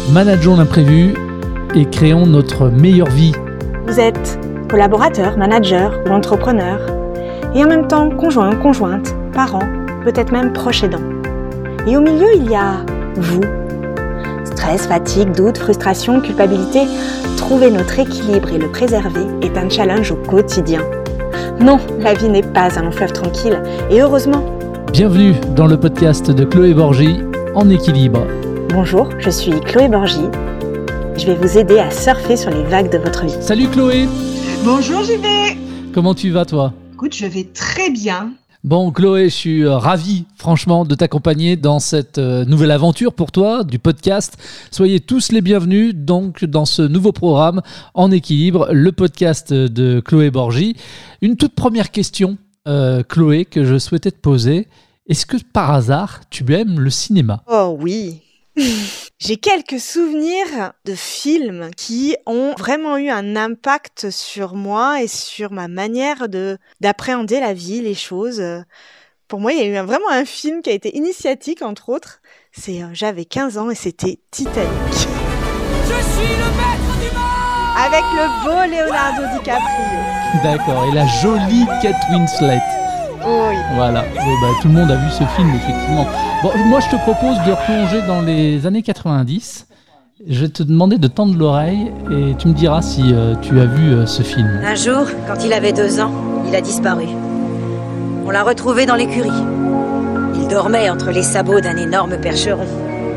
Manageons l'imprévu et créons notre meilleure vie. Vous êtes collaborateur, manager ou entrepreneur et en même temps conjoint, conjointe, parent, peut-être même proche aidant. Et au milieu, il y a vous. Stress, fatigue, doute, frustration, culpabilité. Trouver notre équilibre et le préserver est un challenge au quotidien. Non, la vie n'est pas un long fleuve tranquille et heureusement. Bienvenue dans le podcast de Chloé Borgy, En équilibre. Bonjour, je suis Chloé Borgy. Je vais vous aider à surfer sur les vagues de votre vie. Salut Chloé. Bonjour JB. Comment tu vas toi ? Écoute, je vais très bien. Bon Chloé, je suis ravi franchement de t'accompagner dans cette nouvelle aventure pour toi du podcast. Soyez tous les bienvenus donc dans ce nouveau programme En équilibre, le podcast de Chloé Borgy. Une toute première question, Chloé, que je souhaitais te poser. Est-ce que par hasard, tu aimes le cinéma ? Oh oui. J'ai quelques souvenirs de films qui ont vraiment eu un impact sur moi et sur ma manière d'appréhender la vie, les choses. Pour moi, il y a eu vraiment un film qui a été initiatique, entre autres. J'avais 15 ans et c'était Titanic. Je suis le maître du monde. Avec le beau Leonardo DiCaprio. D'accord, et la jolie Kate Winslet. Oui. Voilà, oui, tout le monde a vu ce film, effectivement. Bon, moi, je te propose de replonger dans les années 90. Je vais te demander de tendre l'oreille et tu me diras si tu as vu ce film. Un jour, quand il avait 2 ans, il a disparu. On l'a retrouvé dans l'écurie. Il dormait entre les sabots d'un énorme percheron.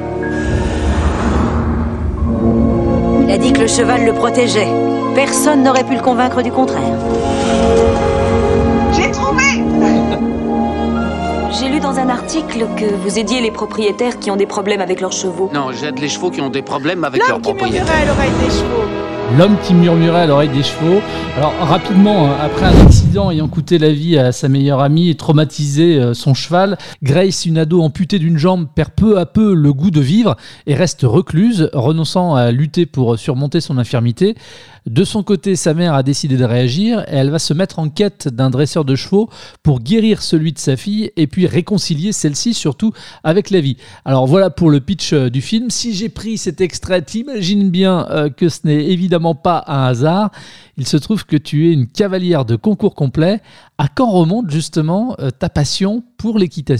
Il a dit que le cheval le protégeait. Personne n'aurait pu le convaincre du contraire. J'ai trouvé. J'ai lu dans un article que vous aidiez les propriétaires qui ont des problèmes avec leurs chevaux. Non, j'aide les chevaux qui ont des problèmes avec leurs L'homme qui propriétaires. murmurait à l'oreille des chevaux. L'homme qui murmurait à l'oreille des chevaux. Alors rapidement, après un accident ayant coûté la vie à sa meilleure amie et traumatisé son cheval, Grace, une ado amputée d'une jambe, perd peu à peu le goût de vivre et reste recluse, renonçant à lutter pour surmonter son infirmité. De son côté, sa mère a décidé de réagir et elle va se mettre en quête d'un dresseur de chevaux pour guérir celui de sa fille et puis réconcilier celle-ci surtout avec la vie. Alors voilà pour le pitch du film. Si j'ai pris cet extrait, t'imagines bien que ce n'est évidemment pas un hasard. Il se trouve que tu es une cavalière de concours complet. À quand remonte justement ta passion pour l'équitation ?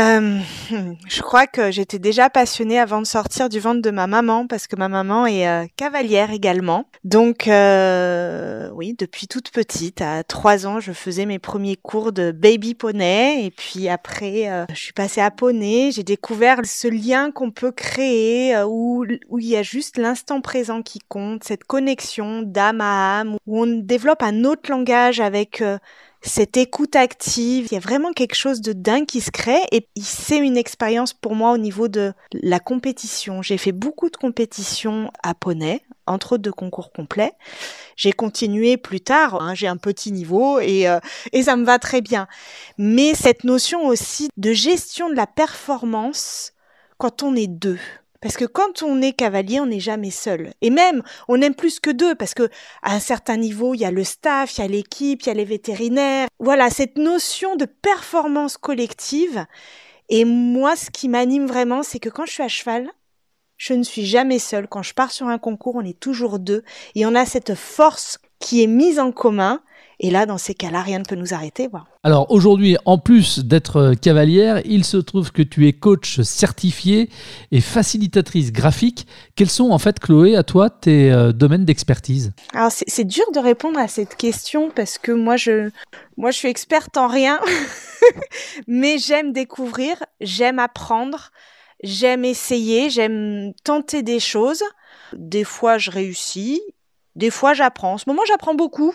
Je crois que j'étais déjà passionnée avant de sortir du ventre de ma maman parce que ma maman est cavalière également. Donc oui, depuis toute petite, à 3 ans, je faisais mes premiers cours de baby poney et puis après, je suis passée à poney. J'ai découvert ce lien qu'on peut créer où il y a juste l'instant présent qui compte, cette connexion d'âme à âme où on développe un autre langage avec cette écoute active. Il y a vraiment quelque chose de dingue qui se crée et c'est une expérience pour moi au niveau de la compétition. J'ai fait beaucoup de compétitions à poney, entre autres de concours complets. J'ai continué plus tard, j'ai un petit niveau et ça me va très bien. Mais cette notion aussi de gestion de la performance quand on est deux. Parce que quand on est cavalier, on n'est jamais seul. Et même, on aime plus que 2 parce que à un certain niveau, il y a le staff, il y a l'équipe, il y a les vétérinaires. Voilà, cette notion de performance collective. Et moi, ce qui m'anime vraiment, c'est que quand je suis à cheval, je ne suis jamais seule. Quand je pars sur un concours, on est toujours 2. Et on a cette force qui est mise en commun. Et là, dans ces cas-là, rien ne peut nous arrêter. Wow. Alors aujourd'hui, en plus d'être cavalière, il se trouve que tu es coach certifié et facilitatrice graphique. Quels sont en fait, Chloé, à toi, tes domaines d'expertise ? Alors c'est dur de répondre à cette question parce que moi je suis experte en rien, mais j'aime découvrir, j'aime apprendre, j'aime essayer, j'aime tenter des choses. Des fois, je réussis. Des fois, j'apprends. En ce moment, j'apprends beaucoup.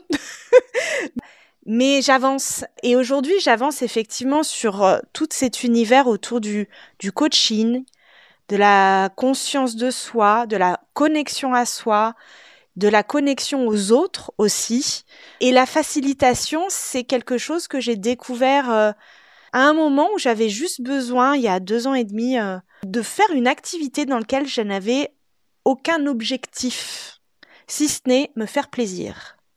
Mais j'avance. Et aujourd'hui, j'avance effectivement sur tout cet univers autour du coaching, de la conscience de soi, de la connexion à soi, de la connexion aux autres aussi. Et la facilitation, c'est quelque chose que j'ai découvert à un moment où j'avais juste besoin, il y a 2 ans et demi, de faire une activité dans laquelle je n'avais aucun objectif, si ce n'est me faire plaisir.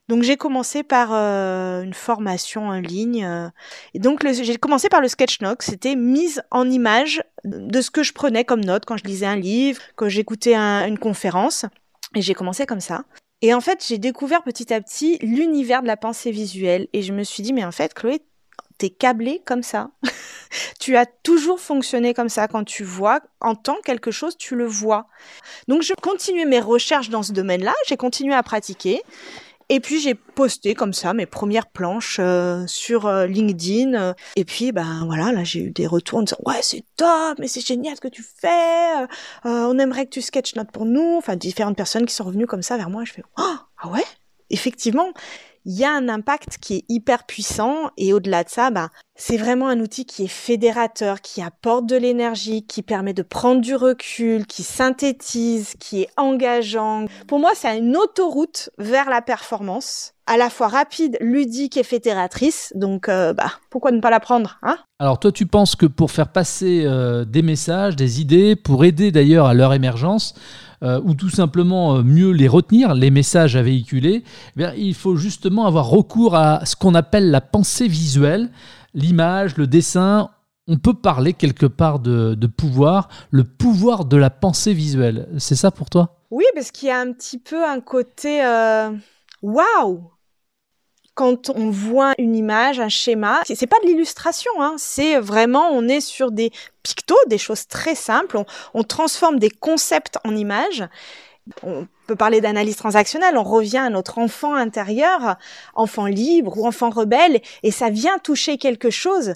Donc j'ai commencé par une formation en ligne. Et donc j'ai commencé par le sketch-note. C'était mise en image de ce que je prenais comme note quand je lisais un livre, quand j'écoutais une conférence. Et j'ai commencé comme ça. Et en fait, j'ai découvert petit à petit l'univers de la pensée visuelle. Et je me suis dit, mais en fait, Chloé, t'es câblée comme ça. Tu as toujours fonctionné comme ça. Quand tu vois, entends quelque chose, tu le vois. Donc je continuais mes recherches dans ce domaine-là. J'ai continué à pratiquer. Et puis j'ai posté comme ça mes premières planches sur LinkedIn. Et puis voilà, là j'ai eu des retours en disant ouais c'est top, mais c'est génial ce que tu fais. On aimerait que tu sketchnotes pour nous. Enfin différentes personnes qui sont revenues comme ça vers moi. Je fais ah ouais, effectivement. Il y a un impact qui est hyper puissant et au-delà de ça, c'est vraiment un outil qui est fédérateur, qui apporte de l'énergie, qui permet de prendre du recul, qui synthétise, qui est engageant. Pour moi, c'est une autoroute vers la performance, à la fois rapide, ludique et fédératrice. Donc, pourquoi ne pas la prendre, hein ? Alors toi, tu penses que pour faire passer des messages, des idées, pour aider d'ailleurs à leur émergence, ou tout simplement mieux les retenir, les messages à véhiculer, il faut justement avoir recours à ce qu'on appelle la pensée visuelle, l'image, le dessin. On peut parler quelque part de pouvoir, le pouvoir de la pensée visuelle. C'est ça pour toi ? Oui, parce qu'il y a un petit peu un côté waouh ! Quand on voit une image, un schéma, c'est pas de l'illustration, hein, c'est vraiment, on est sur des pictos, des choses très simples, on transforme des concepts en images. On peut parler d'analyse transactionnelle, on revient à notre enfant intérieur, enfant libre ou enfant rebelle, et ça vient toucher quelque chose.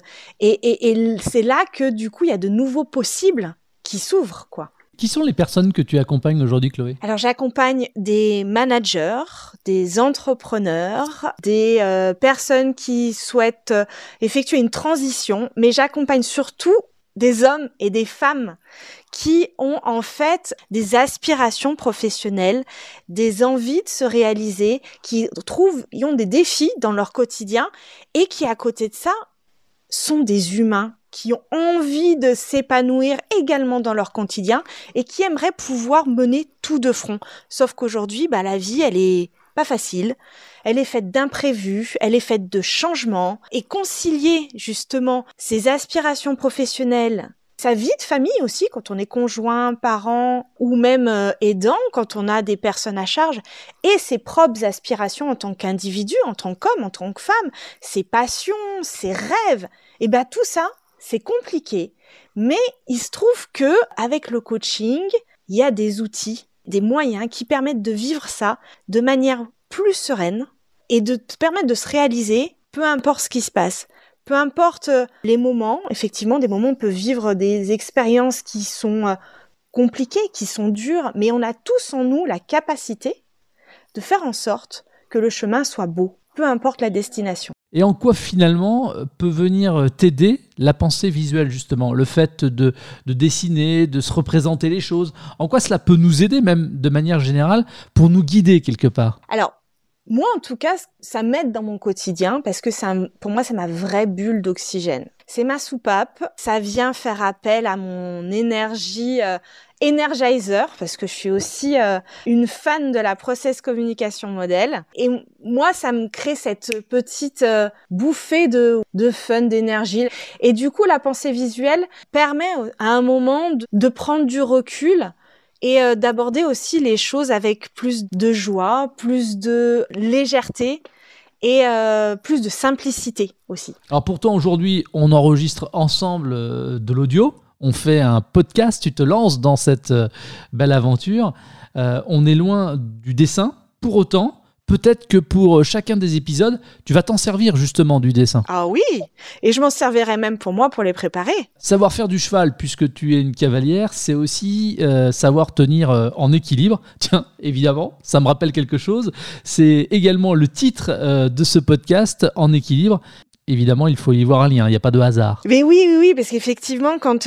Et c'est là que, du coup, il y a de nouveaux possibles qui s'ouvrent, quoi. Qui sont les personnes que tu accompagnes aujourd'hui, Chloé ? Alors, j'accompagne des managers, des entrepreneurs, des personnes qui souhaitent effectuer une transition, mais j'accompagne surtout des hommes et des femmes qui ont en fait des aspirations professionnelles, des envies de se réaliser, qui ont des défis dans leur quotidien et qui, à côté de ça, sont des humains qui ont envie de s'épanouir également dans leur quotidien et qui aimeraient pouvoir mener tout de front. Sauf qu'aujourd'hui, la vie, elle est pas facile. Elle est faite d'imprévus, elle est faite de changements. Et concilier justement ces aspirations professionnelles, sa vie de famille aussi, quand on est conjoint, parent ou même aidant, quand on a des personnes à charge, et ses propres aspirations en tant qu'individu, en tant qu'homme, en tant que femme, ses passions, ses rêves, et tout ça, c'est compliqué. Mais il se trouve que avec le coaching, il y a des outils, des moyens qui permettent de vivre ça de manière plus sereine et de te permettre de se réaliser, peu importe ce qui se passe. Peu importe les moments, effectivement, des moments où on peut vivre des expériences qui sont compliquées, qui sont dures, mais on a tous en nous la capacité de faire en sorte que le chemin soit beau, peu importe la destination. Et en quoi finalement peut venir t'aider la pensée visuelle justement, le fait de dessiner, de se représenter les choses, en quoi cela peut nous aider même de manière générale pour nous guider quelque part ? Alors, moi en tout cas, ça m'aide dans mon quotidien parce que pour moi c'est ma vraie bulle d'oxygène. C'est ma soupape, ça vient faire appel à mon énergie energizer parce que je suis aussi une fan de la process communication modèle et moi ça me crée cette petite bouffée de fun, d'énergie et du coup la pensée visuelle permet à un moment de prendre du recul et d'aborder aussi les choses avec plus de joie, plus de légèreté et plus de simplicité aussi. Alors pourtant aujourd'hui on enregistre ensemble de l'audio, on fait un podcast, tu te lances dans cette belle aventure, on est loin du dessin, pour autant peut-être que pour chacun des épisodes, tu vas t'en servir justement du dessin. Ah oui, et je m'en servirai même pour moi pour les préparer. Savoir faire du cheval, puisque tu es une cavalière, c'est aussi savoir tenir en équilibre. Tiens, évidemment, ça me rappelle quelque chose. C'est également le titre de ce podcast, En équilibre. Évidemment, il faut y voir un lien, il n'y a pas de hasard. Mais oui, parce qu'effectivement, quand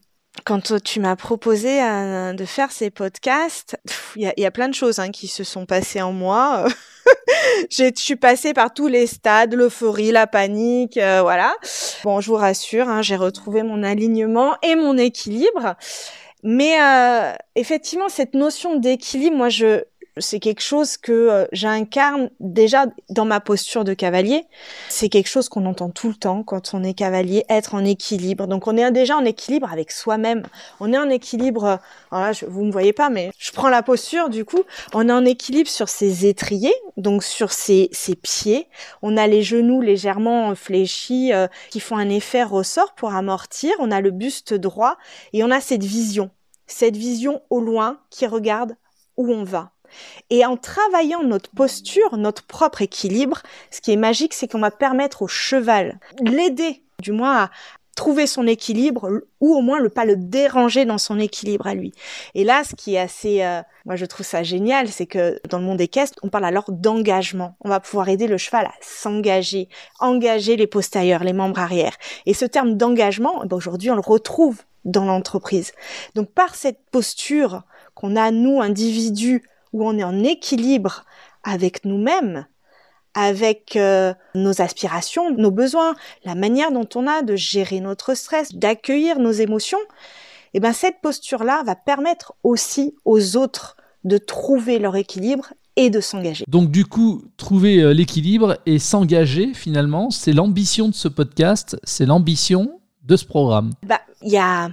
tu m'as proposé de faire ces podcasts, il y a plein de choses qui se sont passées en moi. Je suis passée par tous les stades, l'euphorie, la panique, voilà. Bon, je vous rassure, j'ai retrouvé mon alignement et mon équilibre. Mais effectivement, cette notion d'équilibre, moi, je C'est quelque chose que j'incarne déjà dans ma posture de cavalier. C'est quelque chose qu'on entend tout le temps quand on est cavalier, être en équilibre. Donc on est déjà en équilibre avec soi-même. On est en équilibre, alors là, vous me voyez pas, mais je prends la posture du coup. On est en équilibre sur ses étriers, donc sur ses pieds. On a les genoux légèrement fléchis qui font un effet ressort pour amortir. On a le buste droit et on a cette vision au loin qui regarde où on va. Et en travaillant notre posture, notre propre équilibre, ce qui est magique, c'est qu'on va permettre au cheval, l'aider du moins à trouver son équilibre ou au moins pas le déranger dans son équilibre à lui. Et là, ce qui est assez, moi je trouve ça génial, c'est que dans le monde équestre, on parle alors d'engagement. On va pouvoir aider le cheval à s'engager, engager les postérieurs, les membres arrière. Et ce terme d'engagement, aujourd'hui, on le retrouve dans l'entreprise. Donc par cette posture qu'on a, nous, individus, où on est en équilibre avec nous-mêmes, avec nos aspirations, nos besoins, la manière dont on a de gérer notre stress, d'accueillir nos émotions, et ben cette posture-là va permettre aussi aux autres de trouver leur équilibre et de s'engager. Donc du coup, trouver l'équilibre et s'engager finalement, c'est l'ambition de ce podcast, c'est l'ambition de ce programme. Il y a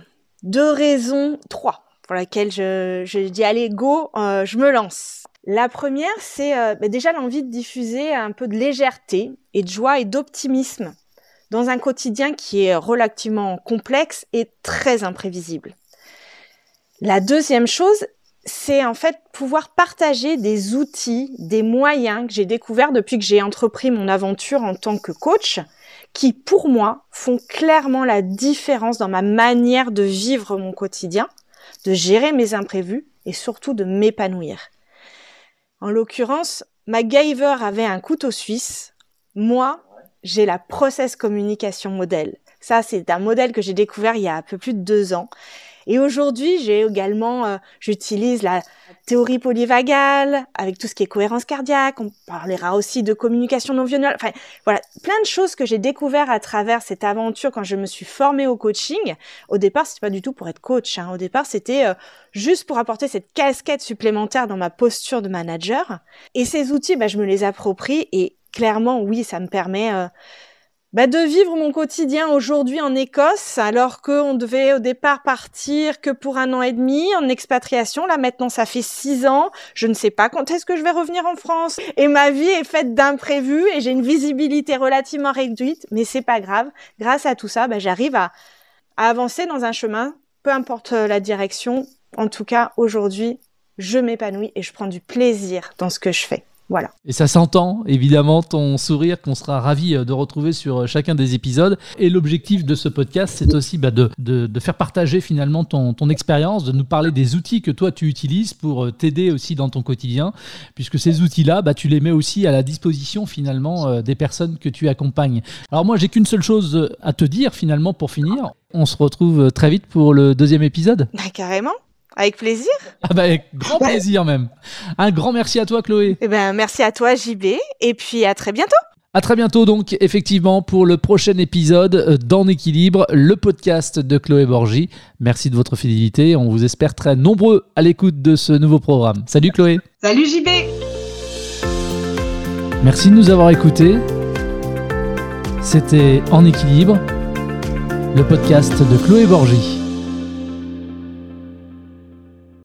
3 pour laquelle je dis allez go, je me lance. La première, c'est déjà l'envie de diffuser un peu de légèreté et de joie et d'optimisme dans un quotidien qui est relativement complexe et très imprévisible. La deuxième chose, c'est en fait pouvoir partager des outils, des moyens que j'ai découverts depuis que j'ai entrepris mon aventure en tant que coach, qui pour moi font clairement la différence dans ma manière de vivre mon quotidien, de gérer mes imprévus et surtout de m'épanouir. En l'occurrence, MacGyver avait un couteau suisse. Moi, j'ai la Process Communication Model. Ça, c'est un modèle que j'ai découvert il y a un peu plus de 2 ans. Et aujourd'hui, j'ai également, j'utilise la théorie polyvagale, avec tout ce qui est cohérence cardiaque. On parlera aussi de communication non violente. Enfin, voilà, plein de choses que j'ai découvert à travers cette aventure quand je me suis formée au coaching. Au départ, c'était pas du tout pour être coach. Au départ, c'était juste pour apporter cette casquette supplémentaire dans ma posture de manager. Et ces outils, je me les approprie et clairement, oui, ça me permet de vivre mon quotidien aujourd'hui en Écosse, alors qu'on devait au départ partir que pour 1 an et demi en expatriation. Là, maintenant, ça fait 6 ans. Je ne sais pas quand est-ce que je vais revenir en France. Et ma vie est faite d'imprévus et j'ai une visibilité relativement réduite, mais c'est pas grave. Grâce à tout ça, j'arrive à avancer dans un chemin, peu importe la direction. En tout cas, aujourd'hui, je m'épanouis et je prends du plaisir dans ce que je fais. Voilà. Et ça s'entend, évidemment, ton sourire qu'on sera ravis de retrouver sur chacun des épisodes. Et l'objectif de ce podcast, c'est aussi de faire partager finalement ton expérience, de nous parler des outils que toi tu utilises pour t'aider aussi dans ton quotidien, puisque ces outils-là, tu les mets aussi à la disposition finalement des personnes que tu accompagnes. Alors moi, j'ai qu'une seule chose à te dire finalement pour finir. On se retrouve très vite pour le 2e épisode. Carrément. Avec plaisir. Avec grand plaisir même. Un grand merci à toi, Chloé. Merci à toi, JB. Et puis à très bientôt. À très bientôt donc, effectivement, pour le prochain épisode d'En Équilibre, le podcast de Chloé Borgy. Merci de votre fidélité. On vous espère très nombreux à l'écoute de ce nouveau programme. Salut Chloé. Salut JB. Merci de nous avoir écoutés. C'était En Équilibre, le podcast de Chloé Borgy.